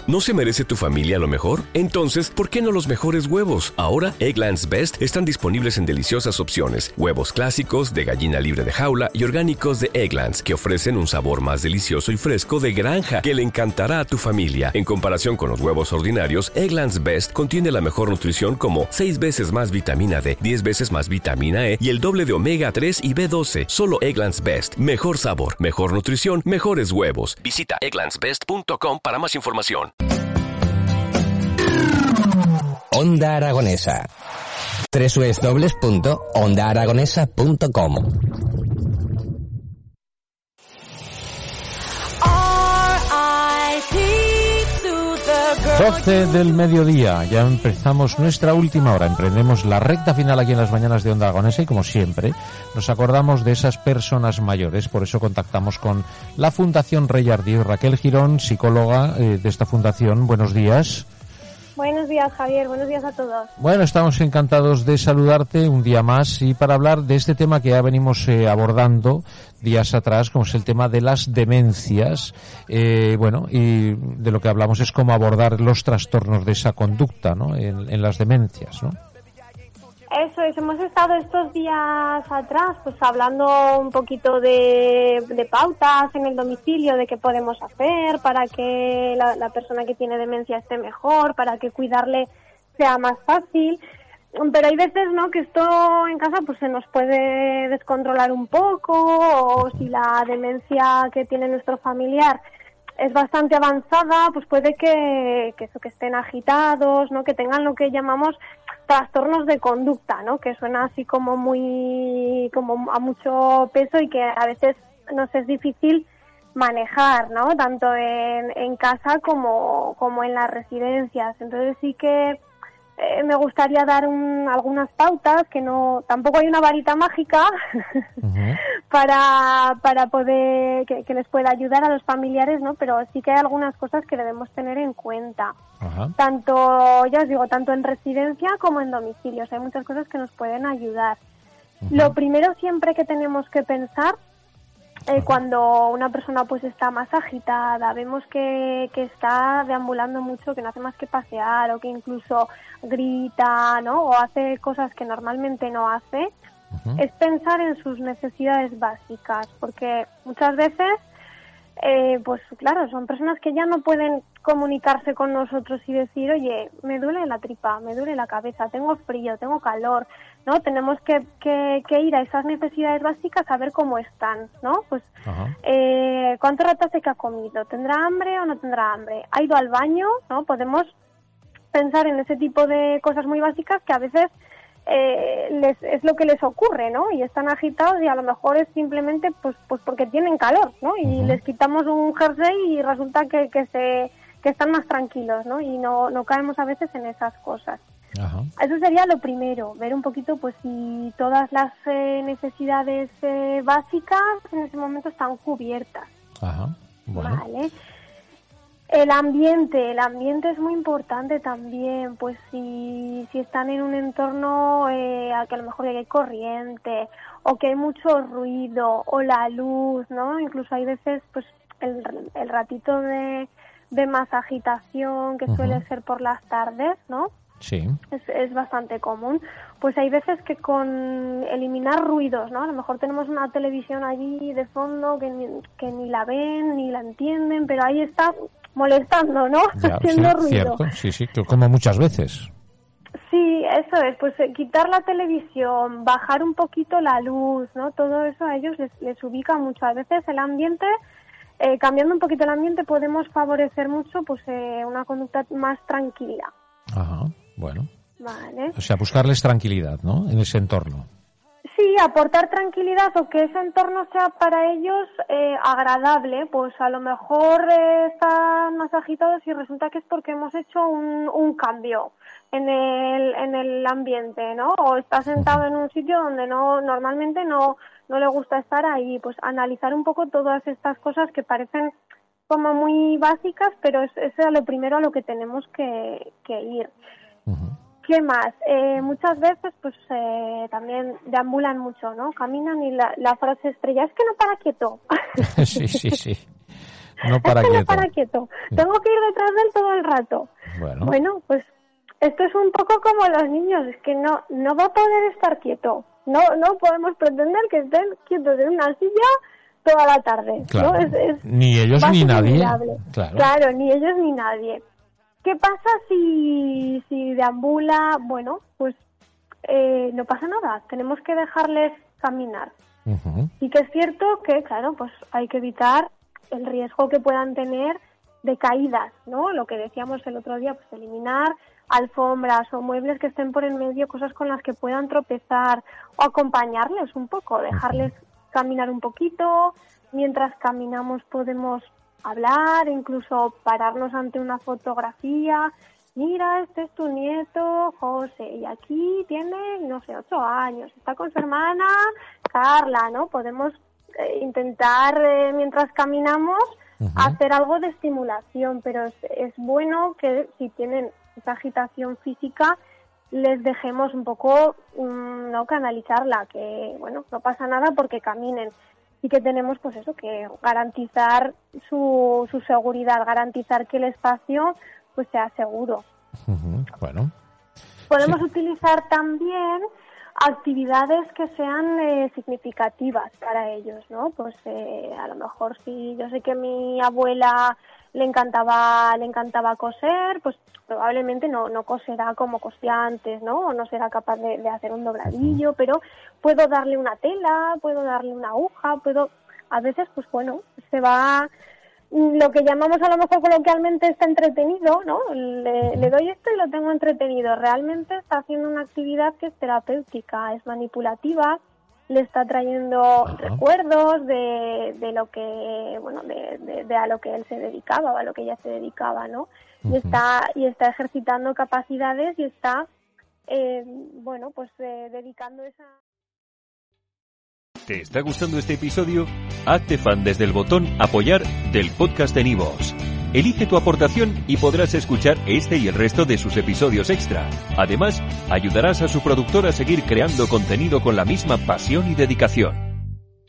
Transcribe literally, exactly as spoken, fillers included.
¿No se merece tu familia lo mejor? Entonces, ¿por qué no los mejores huevos? Ahora, Eggland's Best están disponibles en deliciosas opciones. Huevos clásicos, de gallina libre de jaula y orgánicos de Eggland's, que ofrecen un sabor más delicioso y fresco de granja que le encantará a tu familia. En comparación con los huevos ordinarios, Eggland's Best contiene la mejor nutrición como seis veces más vitamina D, diez veces más vitamina E y el doble de omega tres y B doce. Solo Eggland's Best. Mejor sabor, mejor nutrición, mejores huevos. Visita egglands best punto com para más información. Onda Aragonesa. doble u doble u doble u punto onda aragonesa punto com. doce del mediodía, ya empezamos nuestra última hora, emprendemos la recta final aquí en las mañanas de Onda Aragonesa y como siempre nos acordamos de esas personas mayores, por eso contactamos con la Fundación Rey Ardío. Raquel Girón, psicóloga eh, de esta fundación, buenos días. Buenos días, Javier. Buenos días a todos. Bueno, estamos encantados de saludarte un día más y para hablar de este tema que ya venimos eh, abordando días atrás, como es el tema de las demencias. Eh, bueno, y de lo que hablamos es cómo abordar los trastornos de esa conducta, ¿no? En, en las demencias, ¿no? Eso es, hemos estado estos días atrás pues hablando un poquito de, de pautas en el domicilio, de qué podemos hacer para que la, la persona que tiene demencia esté mejor, para que cuidarle sea más fácil. Pero hay veces, ¿no?, que esto en casa pues se nos puede descontrolar un poco, o si la demencia que tiene nuestro familiar es bastante avanzada, pues puede que, que eso, que estén agitados, ¿no?, que tengan lo que llamamos trastornos de conducta, ¿no?, que suena así como muy, como a mucho peso y que a veces nos es difícil manejar, ¿no?, tanto en, en casa como, como en las residencias. Entonces sí que eh, me gustaría dar un, algunas pautas, que no, tampoco hay una varita mágica uh-huh. para, para poder, que, que les pueda ayudar a los familiares, ¿no?, pero sí que hay algunas cosas que debemos tener en cuenta. Uh-huh. Tanto, ya os digo, tanto en residencia como en domicilios. Hay muchas cosas que nos pueden ayudar. Uh-huh. Lo primero siempre que tenemos que pensar, eh, uh-huh. cuando una persona pues está más agitada, vemos que, que está deambulando mucho, que no hace más que pasear, o que incluso grita, ¿no?, o hace cosas que normalmente no hace, uh-huh. es pensar en sus necesidades básicas, porque muchas veces Eh, pues claro, son personas que ya no pueden comunicarse con nosotros y decir, oye, me duele la tripa, me duele la cabeza, tengo frío, tengo calor, ¿no? Tenemos que, que, que ir a esas necesidades básicas a ver cómo están, ¿no? Pues, eh, ¿cuánto rato hace que ha comido? ¿Tendrá hambre o no tendrá hambre? ¿Ha ido al baño? ¿No? Podemos pensar en ese tipo de cosas muy básicas que a veces Eh, les, es lo que les ocurre, ¿no? Y están agitados y a lo mejor es simplemente pues pues porque tienen calor, ¿no? Y uh-huh. les quitamos un jersey y resulta que, que se que están más tranquilos, ¿no? Y no, no caemos a veces en esas cosas. Uh-huh. Eso sería lo primero, ver un poquito pues si todas las eh, necesidades eh, básicas en ese momento están cubiertas. Uh-huh. Bueno. Vale. El ambiente, el ambiente es muy importante también, pues si, si están en un entorno eh, a que a lo mejor hay corriente, o que hay mucho ruido, o la luz, ¿no? Incluso hay veces, pues, el, el ratito de, de más agitación, que uh-huh. suele ser por las tardes, ¿no? Sí. Es, es bastante común. Pues hay veces que con eliminar ruidos, ¿no? A lo mejor tenemos una televisión allí de fondo que ni, que ni la ven, ni la entienden, pero ahí está molestando, ¿no? Ya, haciendo sí, ruido. Cierto. Sí, sí, como muchas veces. Sí, eso es, pues eh, quitar la televisión, bajar un poquito la luz, ¿no? Todo eso a ellos les, les ubica mucho. A veces el ambiente, eh, cambiando un poquito el ambiente, podemos favorecer mucho pues eh, una conducta más tranquila. Ajá, bueno. Vale. O sea, buscarles tranquilidad, ¿no? En ese entorno. Sí, aportar tranquilidad, o que ese entorno sea para ellos eh, agradable. Pues a lo mejor eh, están más agitados y resulta que es porque hemos hecho un, un cambio en el en el ambiente, ¿no? O está sentado en un sitio donde no normalmente no no le gusta estar ahí. Pues analizar un poco todas estas cosas que parecen como muy básicas, pero es, es a lo primero a lo que tenemos que, que ir. Uh-huh. ¿Qué más? Eh, muchas veces pues eh, también deambulan mucho, ¿no? Caminan y la, la frase estrella es que no para quieto. Sí, sí, sí. No para es que quieto. no para quieto. Tengo que ir detrás de él todo el rato. Bueno. Bueno, pues esto es un poco como los niños, es que no no va a poder estar quieto. No no podemos pretender que estén quietos en una silla toda la tarde. Claro. ¿no? Es, es, ni ellos ni nadie. Claro. claro, ni ellos ni nadie. ¿Qué pasa si, si deambula? Bueno, pues eh, no pasa nada, tenemos que dejarles caminar. Uh-huh. Y que es cierto que, claro, pues hay que evitar el riesgo que puedan tener de caídas, ¿no? Lo que decíamos el otro día, pues eliminar alfombras o muebles que estén por en medio, cosas con las que puedan tropezar, o acompañarles un poco, dejarles caminar un poquito. Mientras caminamos podemos hablar, incluso pararnos ante una fotografía. Mira, este es tu nieto José y aquí tiene, no sé, ocho años, está con su hermana Carla, ¿no? Podemos eh, intentar, eh, mientras caminamos, uh-huh. hacer algo de estimulación, pero es, es bueno que si tienen esa agitación física, les dejemos un poco, um, no canalizarla, que, bueno, no pasa nada porque caminen. Y que tenemos, pues eso, que garantizar su, su seguridad, garantizar que el espacio pues sea seguro. Uh-huh. Bueno. Podemos sí. utilizar también actividades que sean eh, significativas para ellos, ¿no? Pues eh, a lo mejor si yo sé que a mi abuela le encantaba le encantaba coser, pues probablemente no no coserá como cosía antes, ¿no? O no será capaz de, de hacer un dobladillo, uh-huh. pero puedo darle una tela, puedo darle una aguja, puedo a veces pues bueno, se va lo que llamamos a lo mejor coloquialmente está entretenido, ¿no? Le, le doy esto y lo tengo entretenido. Realmente está haciendo una actividad que es terapéutica, es manipulativa, le está trayendo Ajá. recuerdos de, de lo que, bueno, de, de, de a lo que él se dedicaba o a lo que ella se dedicaba, ¿no? Uh-huh. Y está y está ejercitando capacidades y está, eh, bueno, pues eh, dedicando esa... ¿Te está gustando este episodio? Hazte fan desde el botón Apoyar del podcast de Nivos. Elige tu aportación y podrás escuchar este y el resto de sus episodios extra. Además, ayudarás a su productor a seguir creando contenido con la misma pasión y dedicación.